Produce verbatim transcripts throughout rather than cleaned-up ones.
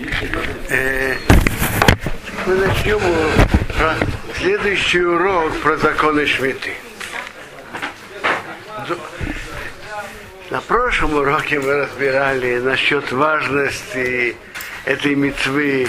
Э, мы начнем про следующий урок про законы Шмиты. На прошлом уроке мы разбирали насчет важности этой мицвы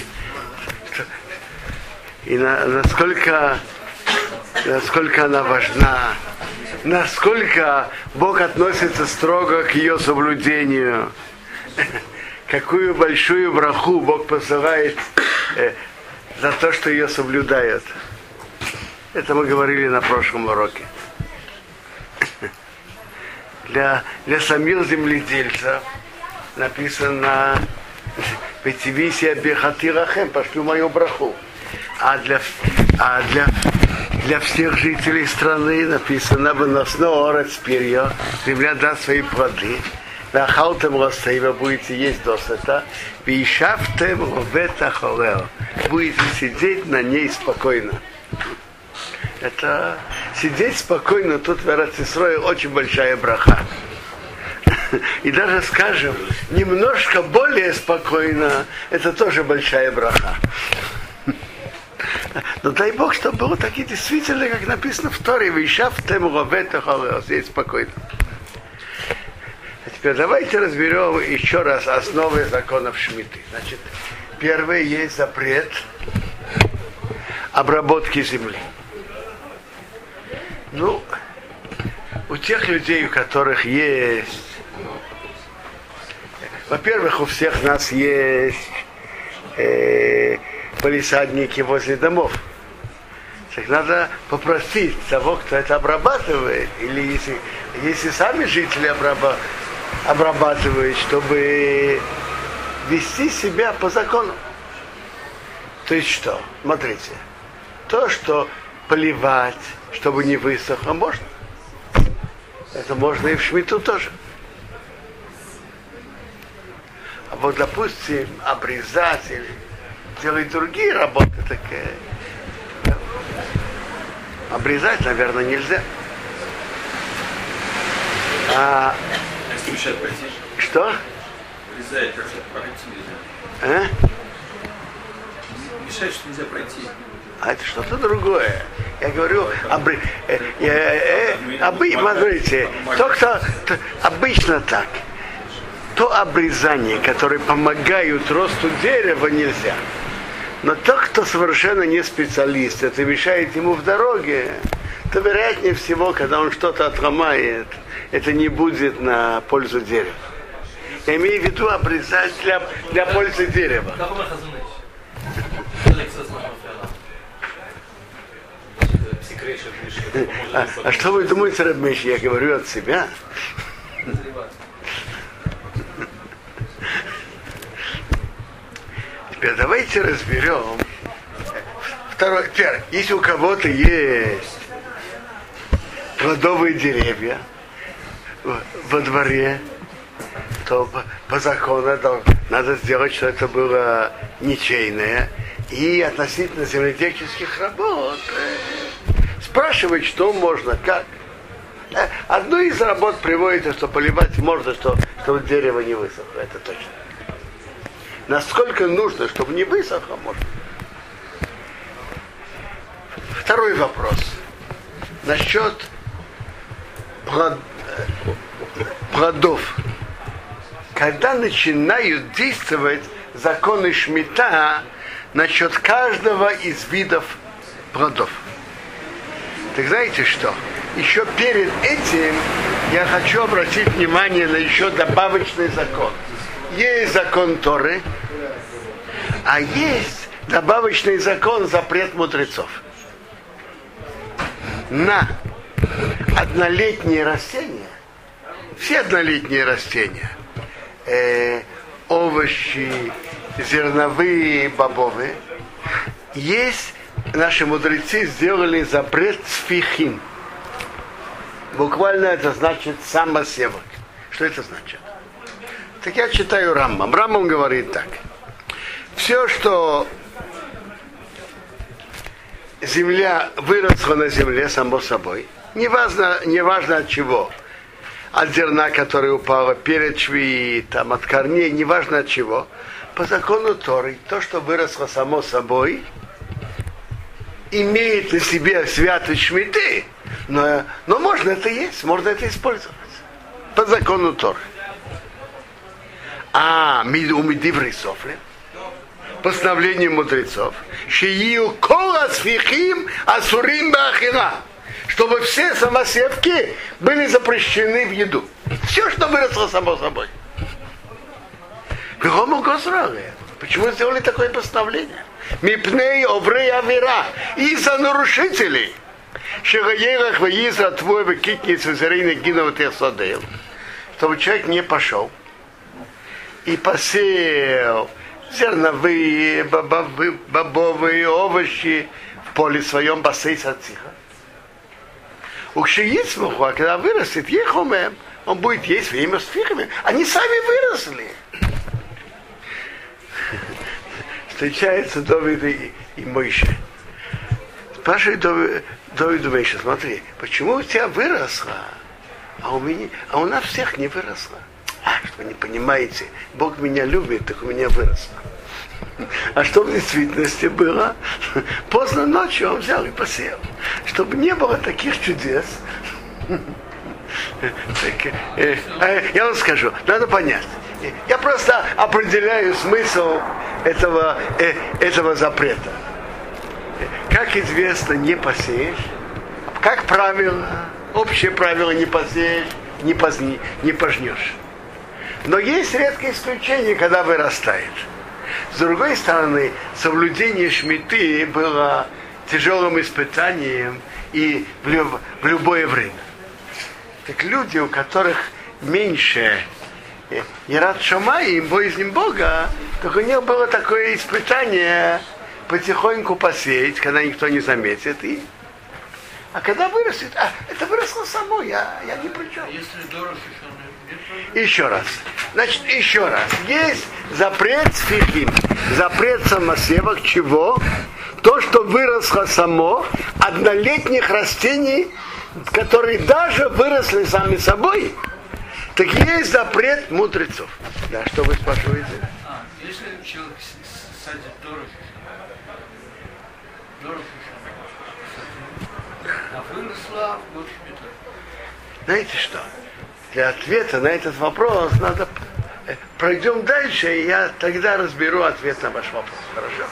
и на, насколько, насколько она важна, насколько Бог относится строго к ее соблюдению, какую большую браху Бог посылает э, за то, что ее соблюдают. Это мы говорили на прошлом уроке. Для, для самих земледельцев написано «Ветивисия бехатирахем», пошлю мою браху. А для, а для, для всех жителей страны написано «Выносно орец перья», земля даст свои плоды. «Вахалтем росей», вы будете есть досыта. «Вишафтем ровета хорел», будете сидеть на ней спокойно. Это сидеть спокойно тут в Эрец-Исроэль очень большая браха. И даже, скажем, немножко более спокойно, это тоже большая браха. Но дай Бог, чтобы было такие действительно, как написано в Торе, «Вишафтем ровета хорел», сидеть спокойно. А теперь давайте разберем еще раз основы законов Шмиты. Значит, первый есть запрет обработки земли. Ну, у тех людей, у которых есть, во-первых, у всех нас есть э, палисадники возле домов. Так надо попросить того, кто это обрабатывает, или если, если сами жители обраба, обрабатывают, чтобы вести себя по закону. То есть что? Смотрите, то, что поливать, чтобы не высохло, можно. Это можно и в Шмиту тоже. А вот, допустим, обрезать или делать другие работы, так э, обрезать, наверное, нельзя. А, если мешать пройти? Что? Обрезать, как пройти нельзя. А? Мешать, что нельзя пройти. А это что-то другое. Я говорю, обры... э, э, э, обы... смотрите, то, кто... то, обычно так. То обрезание, которое помогает росту дерева, нельзя. Но тот, кто совершенно не специалист, это мешает ему в дороге, то вероятнее всего, когда он что-то отломает, это не будет на пользу дерева. Я имею в виду обрезать для, для пользы дерева. А, а что вы думаете, Рабмеш, я говорю от себя? Теперь давайте разберем. Второй, теперь, если у кого-то есть плодовые деревья во дворе, то по, по закону то, надо сделать, что это было ничейное. И относительно земледельческих работ спрашивать, что можно, как. Одну из работ приводится, что поливать можно, что, чтобы дерево не высохло. Это точно. Насколько нужно, чтобы не высохло, можно. Второй вопрос. Насчет плод, плодов. Когда начинают действовать законы Шмита насчет каждого из видов плодов. Так знаете что? Еще перед этим я хочу обратить внимание на еще добавочный закон. Есть закон Торы, а есть добавочный закон, запрет мудрецов. На однолетние растения, все однолетние растения, э, овощи, зерновые, бобовые, есть, наши мудрецы сделали запрет сфихим. Буквально это значит самосевок. Что это значит? Так я читаю Рамбам. Рамбам говорит так. Все, что земля выросла на земле, само собой, неважно, неважно от чего, от зерна, которое упало, перед шви, там, от корней, неважно от чего, по закону Торы, то, что выросло само собой, имеет на себе святость шмиты, но, но можно это есть, можно это использовать. По закону Торы. А у Медиврей Софли, постановление мудрецов, шиию кола сфихим асурим бахина, чтобы все самосевки были запрещены в еду. Все, что выросло само собой. Почему сделали такое постановление? Мипней оврей авера, из-за нарушителей. Шегаерах ваиза твой выкитниц вазерейна гинов тех садеев. Чтобы человек не пошел и посеял зерновые, бобовые, бобовые овощи в поле своем бассейне сациха. Укшиицмуху, а когда вырастет ехомем, он будет есть время с фихами. Они сами выросли. Встречаются Давид и, и Моисей. Спрашивает Давид, Давид Моисей, смотри, почему у тебя выросло, а у меня, а у нас всех не выросло? А, что вы не понимаете, Бог меня любит, так у меня выросло. А что в действительности было? Поздно ночью он взял и посеял. Чтобы не было таких чудес. Так, э, э, я вам скажу, надо понять. Я просто определяю смысл этого, э, этого запрета. Как известно, не посеешь. Как правило, общее правило не посеешь, не, позни, не пожнешь. Но есть редкое исключение, когда вырастает. С другой стороны, соблюдение шмиты было тяжелым испытанием и в, люб, в любое время. Так люди, у которых меньше Ират Шамай, им боязнь Бога, так у них было такое испытание потихоньку посеять, когда никто не заметит. И... А когда вырастет, а, это выросло само, я, я не при чем. Если дорого, еще раз. Значит, еще раз. Есть запрет сфихим, запрет самосевок, чего? То, что выросло само, однолетних растений, которые даже выросли сами собой, так есть запрет мудрецов. Да, что вы спрашиваете? А, если человек садит дорого, дорого, а выросла в год шмита. Знаете что? Для ответа на этот вопрос надо... Пройдем дальше, и я тогда разберу ответ на ваш вопрос. Хорошо?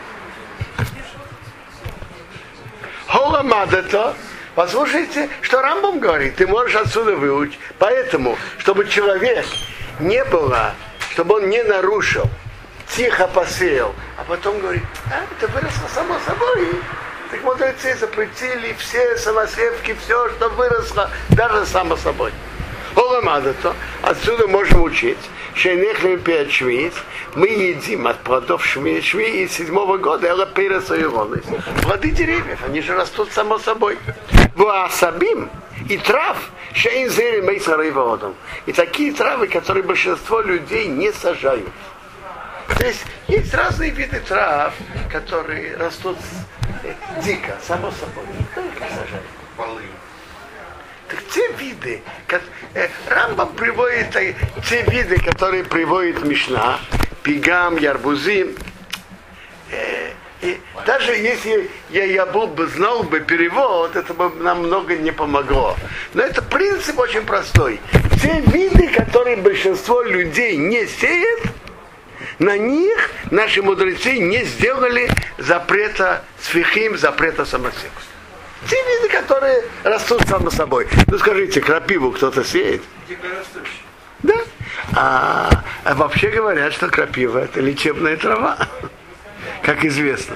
Холамадато. Послушайте, что Рамбам говорит. Ты можешь отсюда выучить. Поэтому, чтобы человек не было, чтобы он не нарушил, тихо посеял, а потом говорит, а, это выросло само собой. Так мудрецы запретили все самосевки, все, что выросло, даже само собой. Оламадато, отсюда можем учить, что нехлем швиц, мы едим от плодов шви, шви из седьмого года, это пересоевонность. Плоды деревьев, они же растут само собой. Вуасабим и трав, шейн зери мейсарейводом. И такие травы, которые большинство людей не сажают. То есть есть разные виды трав, которые растут дико, само собой. Никто их не сажает. Полы. Так те виды, как, э, Рамбам приводит э, те виды, которые приводит Мишна, пигам, ярбузим. Э, и даже если я, я был бы знал бы перевод, это бы нам много не помогло. Но это принцип очень простой. Те виды, которые большинство людей не сеет, на них наши мудрецы не сделали запрета сфихим, запрета самосевства. Те виды, которые растут само собой. Ну скажите, крапиву кто-то сеет? Дикорастущие. Да. А, а вообще говорят, что крапива это лечебная трава. Как известно.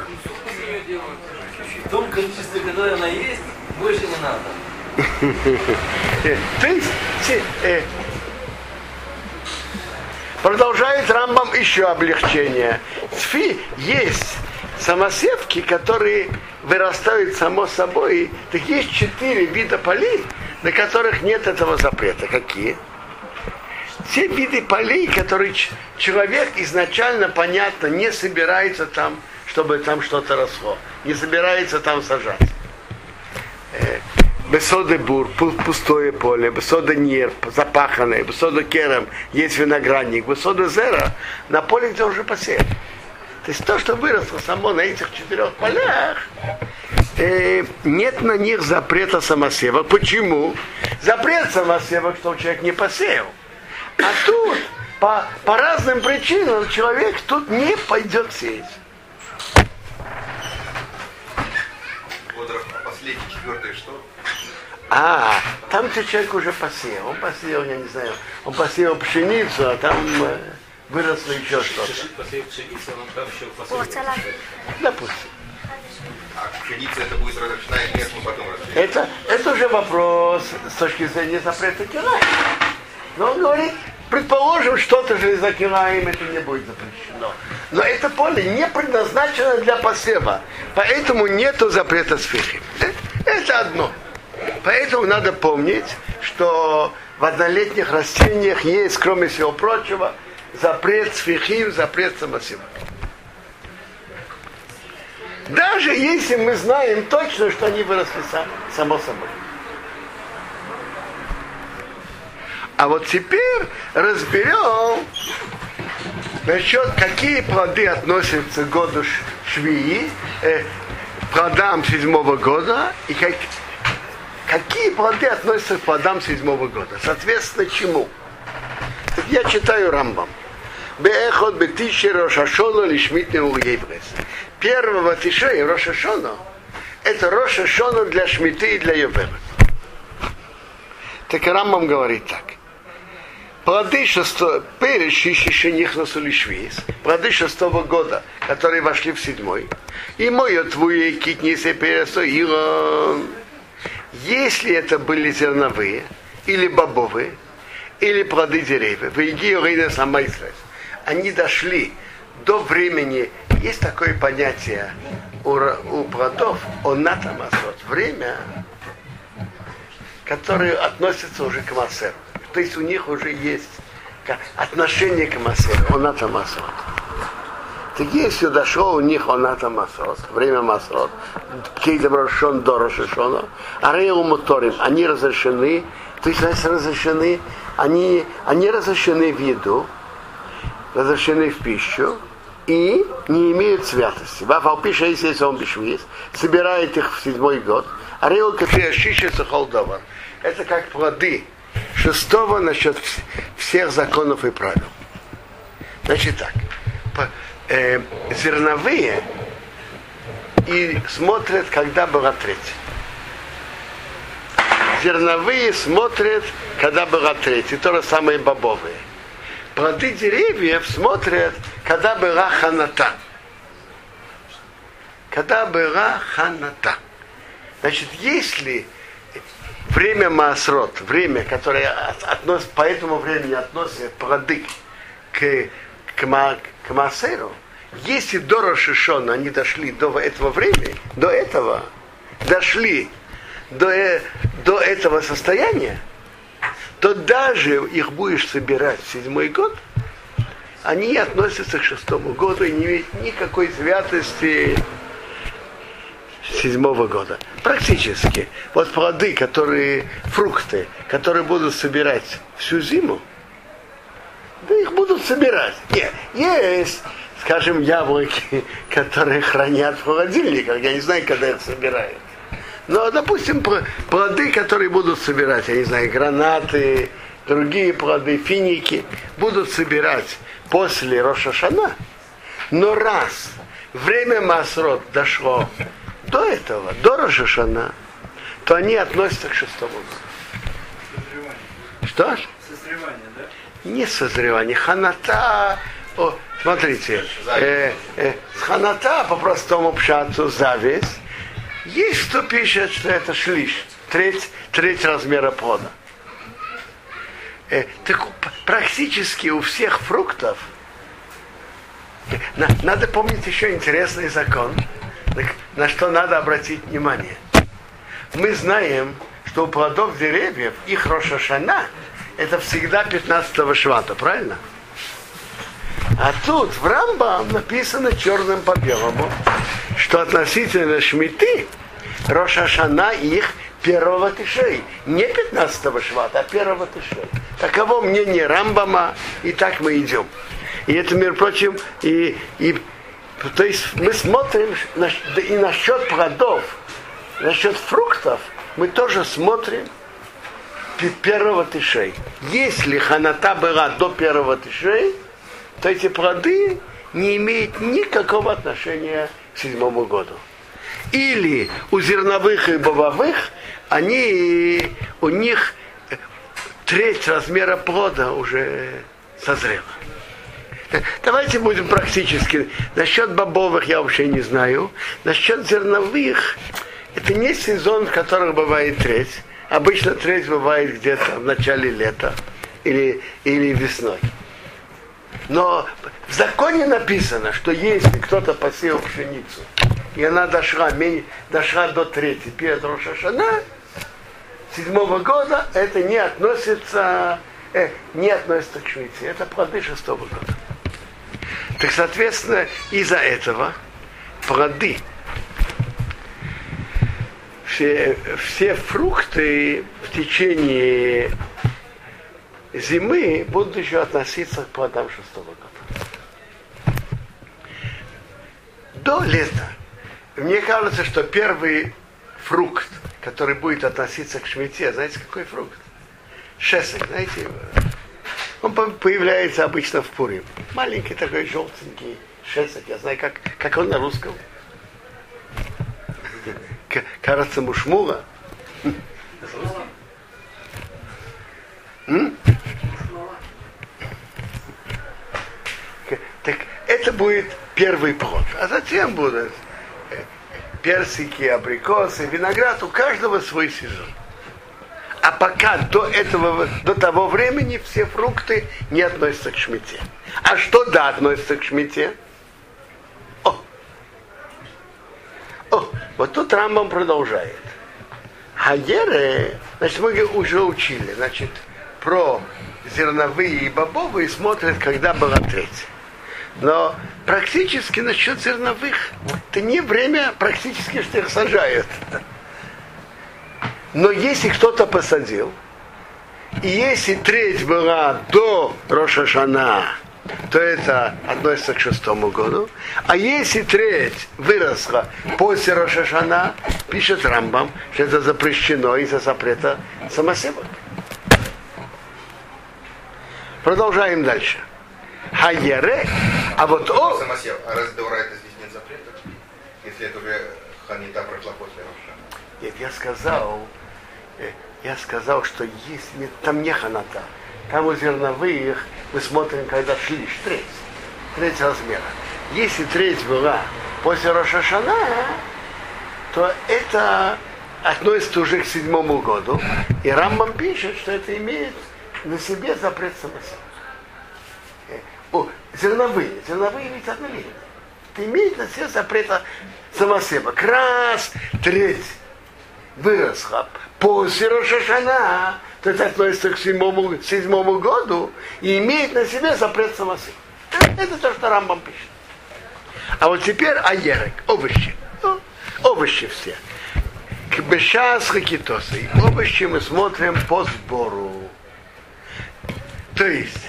В том количестве, которое она есть, больше не надо. То есть, продолжает Рамбам еще облегчение. Сфи есть самосевки, которые вырастают само собой. Так есть четыре вида полей, на которых нет этого запрета. Какие? Те виды полей, которые человек изначально, понятно, не собирается там, чтобы там что-то росло. Не собирается там сажать. бесоды бур, пустое поле, бесоды нер, запаханное, бесоды керам, есть виноградник, бесоды зера, на поле, где уже посеял. То есть то, что выросло само на этих четырех полях, э, нет на них запрета самосева. Почему? Запрет самосева, что человек не посеял. А тут по, по разным причинам человек тут не пойдет сеять. Вот последний, четвертый, что? А, там где человек уже посеял. Он посеял, я не знаю, он посеял пшеницу, а там э, выросло еще что-то. Посеял пшеницу, он там еще посеял. Допустим. А пшеница это будет начинать место, потом расширить. Это, это уже вопрос с точки зрения запрета килаем. Но он говорит, предположим, что-то же за килаем это не будет запрещено. Но это поле не предназначено для посева. Поэтому нету запрета сфихи. Это, это одно. Поэтому надо помнить, что в однолетних растениях есть, кроме всего прочего, запрет сфихим, запрет самосева. Даже если мы знаем точно, что они выросли сам, само собой. А вот теперь разберем насчет, какие плоды относятся к году швии, э, плодам седьмого года, и как, какие плоды относятся к плодам седьмого года. Соответственно, чему? Так я читаю Рамбам. Беэхот бетиши рошашоно лишмитне уеврес. Первого тишей рошашоно это рошашоно для шмиты и для еврес. Так Рамбам говорит так. Плоды шестого, перед шишишених насулишвис, плоды шестого года, которые вошли в седьмой, и мой твои китнисы пересоирон. Если это были зерновые, или бобовые, или плоды деревьев, в Игиорина Самайсрес, они дошли до времени, есть такое понятие у, у плодов, онатамасот, время, которое относится уже к массеру. То есть у них уже есть отношение к массеру, онатамасот. Так если дошло у них онатамасот, время массот, кейдаброшон до рошашона, а рейлу моторим, они разрешены, то есть разрешены, они, они разрешены в еду, разрешены в пищу и не имеют святости. Вафалпиша, если он бешвиз, собирает их в седьмой год, а рейл кафеашишица холдовар. Это как плоды шестого насчет всех законов и правил. Значит так, по, э, зерновые и смотрят, когда была треть. Зерновые смотрят, когда была треть, и то же самое бобовые. Плоды деревьев смотрят, когда была ханата. Когда была ханата. Значит, если время маасрот, время, которое относит, по этому времени относят плоды к, к, ма, к маасеру, если до Рошашона они дошли до этого времени, до этого, дошли до, до этого состояния, то даже их будешь собирать в седьмой год, они относятся к шестому году и не имеют никакой святости седьмого года. Практически. Вот плоды, которые, фрукты, которые будут собирать всю зиму, да их будут собирать. Нет, есть, скажем, яблоки, которые хранят в холодильниках, я не знаю, когда их собирают. Но, допустим, плоды, которые будут собирать, я не знаю, гранаты, другие плоды, финики, будут собирать после Рош ха-Шана. Но раз время Маасрот дошло до этого, до Рош ха-Шана, то они относятся к шестому году. Созревание. Что? Созревание, да? Не созревание. Ханата. О, смотрите, э, э, ханата по-простому пшату, зависть. Есть, кто пишет, что это шлиш, треть, треть размера плода. Э, так практически у всех фруктов, э, на, надо помнить еще интересный закон, так, на что надо обратить внимание. Мы знаем, что у плодов деревьев их Рош ха-Шана это всегда пятнадцатого швата, правильно? А тут в Рамбам написано черным по белому, что относительно шмиты Рош ха-Шана их первого Тишей. Не пятнадцатого Швата, а первого Тишей. Таково мнение Рамбама, и так мы идем. И это, между прочим, и, и то есть мы смотрим на, и насчет плодов, насчет фруктов, мы тоже смотрим первого Тишей. Если ханата была до первого Тишей, то эти плоды не имеют никакого отношения к седьмому году. Или у зерновых и бобовых, они, у них треть размера плода уже созрела. Давайте будем практически. Насчет бобовых я вообще не знаю. Насчет зерновых, это не сезон, в котором бывает треть. Обычно треть бывает где-то в начале лета или, или весной. Но в законе написано, что если кто-то посеял пшеницу, и она дошла, дошла до трети перед Рош ха-Шана, седьмого года, это не относится, э, не относится к Шмите. Это плоды шестого года. Так, соответственно, из-за этого плоды, все, все фрукты в течение зимы будут еще относиться к плодам шестого года. До лета. Мне кажется, что первый фрукт, который будет относиться к Шмите, знаете, какой фрукт? Шесек, знаете, он появляется обычно в Пурим. Маленький такой желтенький шесек, я знаю, как, как он на русском. Кажется, мушмула. Так это будет первый плод. А затем будут персики, абрикосы, виноград. У каждого свой сезон. А пока до этого, до того времени все фрукты не относятся к Шмите. А что да относится к Шмите? О! О! Вот тут Рамбам продолжает. Хаере, значит, мы уже учили, значит, про зерновые и бобовые смотрят, когда была треть. Но практически насчет зерновых, это не время практически, что их сажают. Но если кто-то посадил, и если треть была до Рош ха-Шана, то это относится к шестому году. А если треть выросла после Рош ха-Шана, пишет Рамбам, что это запрещено из-за запрета самосевок. Продолжаем дальше. Хайере, а вот о... Самосев, а раз Деорайта здесь нет запрета? Если это уже ханита прошла после Роша? Нет, я сказал, я сказал, что есть, нет, там не ханата. Там у зерновых мы смотрим, когда шли треть, треть размера. Если треть была после Рош ха-Шана, то это относится уже к седьмому году. И Рамбам пишет, что это имеет на себе запрет самосева. О, зерновые, зерновые ведь однолетние. Это имеет на себе запрет самосева. Как раз треть выросла после Рош ха-Шана, то это относится к седьмому, седьмому году и имеет на себе запрет самосева. Это то, что Рамбам пишет. А вот теперь аерек, овощи. Ну, овощи все. К бешас хакитосы. Овощи мы смотрим по сбору. То есть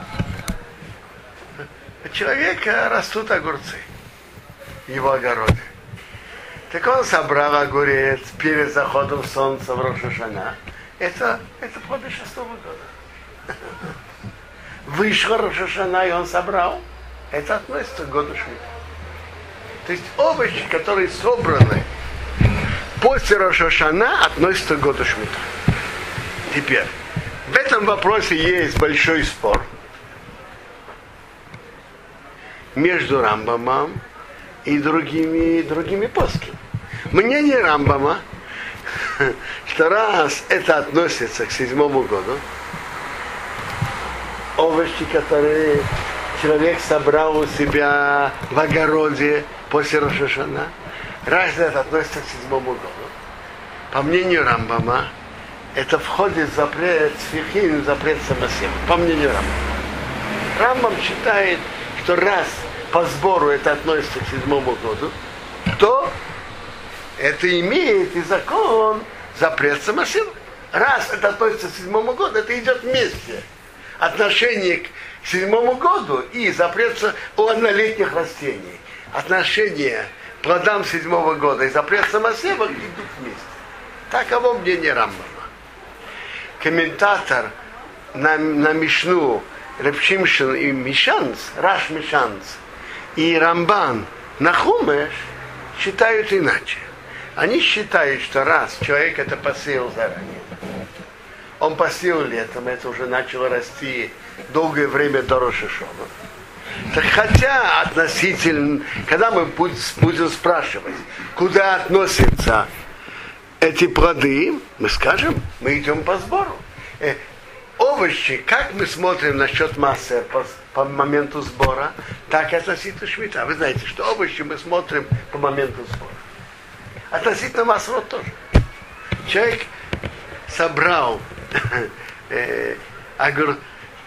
у человека растут огурцы в его огороде. Так он собрал огурец перед заходом солнца в Рош ха-Шана. Это, это плоды шестого года. Вышло Рош ха-Шана, и он собрал. Это относится к году Шмита. То есть овощи, которые собраны после Рош ха-Шана, относятся к году Шмита. Теперь, в этом вопросе есть большой спор между Рамбамом и другими, другими посками. Мнение Рамбама, что раз это относится к седьмому году, овощи, которые человек собрал у себя в огороде после Рош ха-Шана, раз это относится к седьмому году, по мнению Рамбама, это входит в запрет сфихин, в запрет самосева, по мнению Рамбама. Рамбам считает, что раз по сбору это относится к седьмому году, то это имеет и закон запрет самосева. Раз это относится к седьмому году, это идет вместе. Отношение к седьмому году и запрет у однолетних растений. Отношение к плодам седьмого года и запрет самосева идут вместе. Таково мнение Рамбама. Комментатор на, на Мишну Рeb Шимшон и Мишанц, Раш Мишанц и Рамбан на Хумеш считают иначе. Они считают, что раз человек это посеял заранее, он посеял летом, это уже начало расти долгое время до Рош ха-Шана. Так хотя относительно, когда мы будем спрашивать, куда относятся эти плоды, мы скажем, мы идем по сбору. Э, овощи, как мы смотрим насчет массы по, по моменту сбора, так и относительно шмита. Вы знаете, что овощи мы смотрим по моменту сбора. Относительно масрот тоже. Человек собрал э, огур,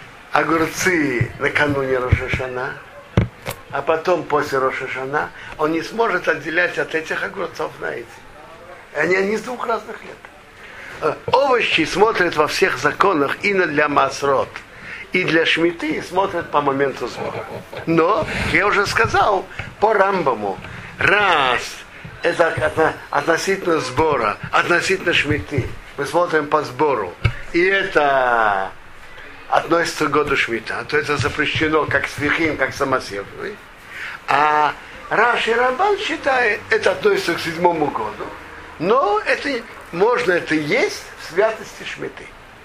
огурцы накануне Рош ха-Шана, а потом после Рош ха-Шана он не сможет отделять от этих огурцов на эти. Они, они с двух разных лет. Овощи смотрят во всех законах и для масрот, и для шмиты смотрят по моменту сбора. Но, я уже сказал, по Рамбаму, раз это относительно сбора, относительно шмиты, мы смотрим по сбору, и это относится к году шмита, то это запрещено как свихим, как самосев. А Раш и Рамбан считают, это относится к седьмому году, но это, можно это есть в святости шмиты.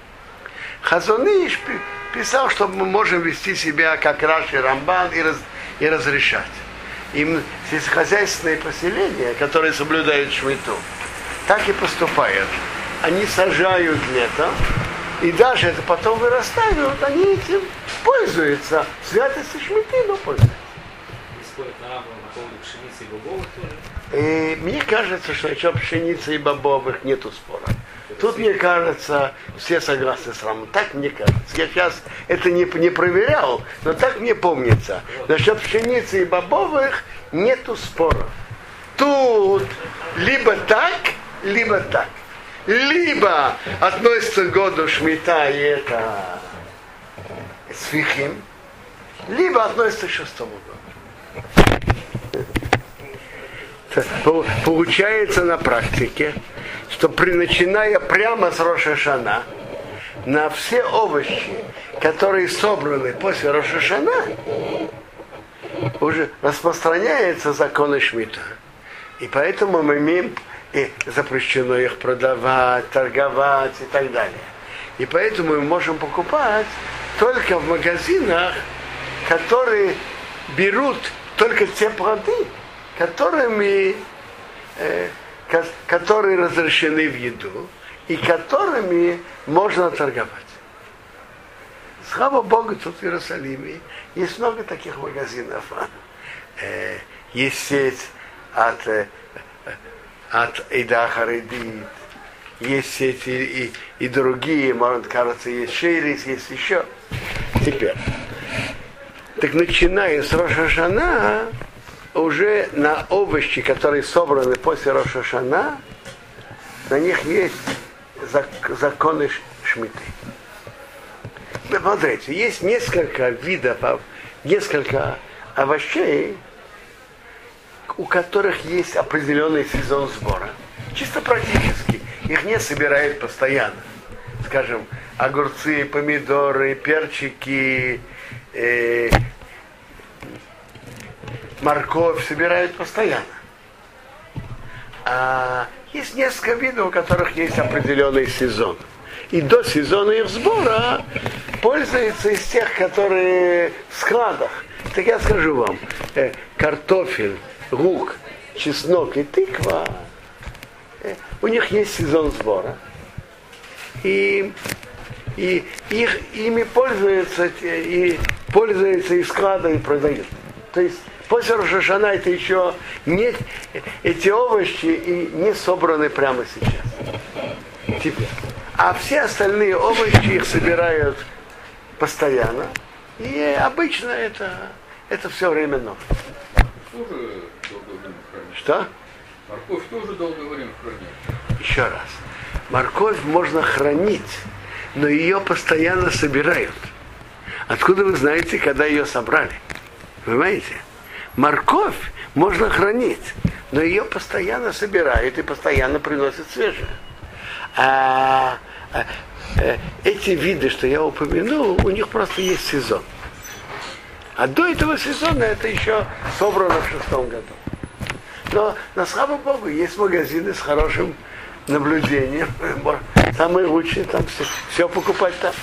Хазон Иш писал, что мы можем вести себя как Раш и Рамбан и, раз, и разрешать. Им сельскохозяйственные поселения, которые соблюдают шмиту, так и поступают. Они сажают летом, и даже это потом вырастают, они этим пользуются. В святости шмиты, но пользуются. Спорят на Рамбам по поводу пшеницы и бобовых тоже? И мне кажется, что насчет пшеницы и бобовых нету спора. Тут, мне кажется, все согласны с Рамом. Так мне кажется. Я сейчас это не, не проверял, но так мне помнится. Насчет пшеницы и бобовых нету спора. Тут либо так, либо так. Либо относится к году шмита, и это свихим, либо относится к шестому году. Получается на практике, что при, начиная прямо с Рош ха-Шана, на все овощи, которые собраны после Рош ха-Шана, уже распространяется закон шмита. И поэтому мы имеем, и запрещено их продавать, торговать и так далее. И поэтому мы можем покупать только в магазинах, которые берут только те плоды, которыми, э, ко- которые разрешены в еду и которыми можно торговать. Слава Богу, тут в Иерусалиме есть много таких магазинов. Э, есть сеть от, э, от Эйда Харидит, есть сети и, и другие, может, кажется, есть Шейрис, есть еще. Теперь. Так начиная с Рош ха-Шана, уже на овощи, которые собраны после Рош ха-Шана, на них есть законы шмиты. Смотрите, есть несколько видов, несколько овощей, у которых есть определенный сезон сбора. Чисто практически. Их не собирают постоянно. Скажем, огурцы, помидоры, перчики, э, морковь собирают постоянно. А есть несколько видов, у которых есть определенный сезон. И до сезона их сбора пользуются из тех, которые в складах. Так я скажу вам, э, картофель, лук, чеснок и тыква, э, у них есть сезон сбора. И, и их, ими пользуются и пользуются из склада и продают. То есть после Рош ха-Шана это еще не эти овощи и не собраны прямо сейчас. Теперь. А все остальные овощи их собирают постоянно. И обычно это, это все время новое. Тоже долгое время хранится. Что? Морковь тоже долгое время хранится. Еще раз. Морковь можно хранить, но ее постоянно собирают. Откуда вы знаете, когда ее собрали? Понимаете? Морковь можно хранить, но ее постоянно собирают и постоянно приносят свежее. А, а, а эти виды, что я упомянул, у них просто есть сезон. А до этого сезона это еще собрано в шестом году. Но на слава Богу, есть магазины с хорошим наблюдением. Самые лучшие там все, все покупать там.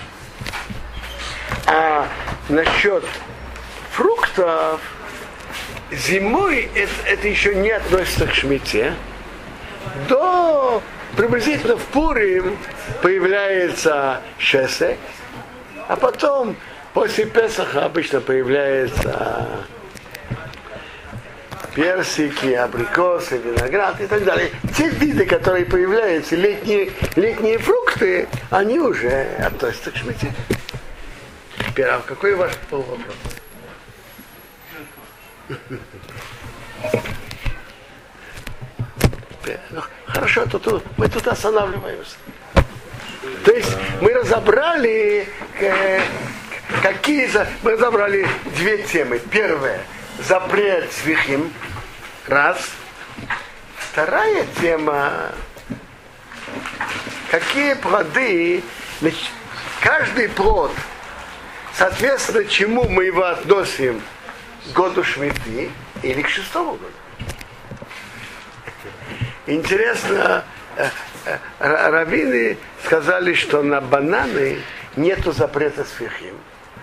А насчет фруктов, зимой это, это еще не относится к шмите. До приблизительно в Пурим появляется шесек, а потом после Песаха обычно появляются персики, абрикосы, виноград и так далее. Те виды, которые появляются, летние, летние фрукты, они уже относятся к шмите. Теперь, а какой ваш полвопрос? Ну, хорошо, тут, мы тут останавливаемся. То есть мы разобрали э, какие за... мы разобрали две темы. Первая — запрет свихим. Раз. Вторая тема — какие плоды, каждый плод, соответственно, чему мы его относим к году шмиты или к шестому году. Интересно, раввины сказали, что на бананы нету запрета свихим,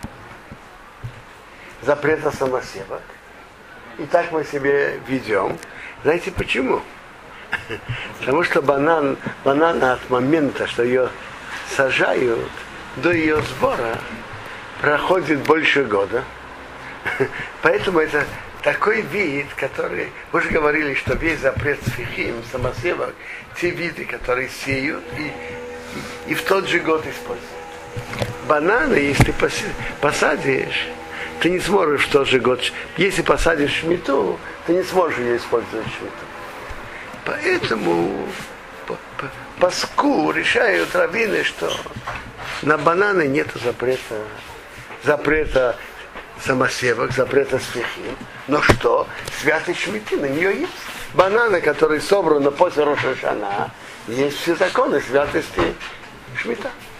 запрета самосевок. И так мы себе ведем. Знаете почему? Потому что банан, банана от момента, что ее сажают, до ее сбора проходит больше года. Поэтому это такой вид, который... Вы же говорили, что весь запрет свихим, самосевок, те виды, которые сеют и, и, и в тот же год используют. Бананы, если ты посадишь, ты не сможешь в тот же год... Если посадишь шмиту, ты не сможешь ее использовать в шмиту. Поэтому по, по, паску решают раввины, что на бананы нет запрета, запрета самосевок, запрета свихим. Но что? Святость шмиты на нее есть. Бананы, которые собраны после Рош ха-Шана, есть все законы святости шмита.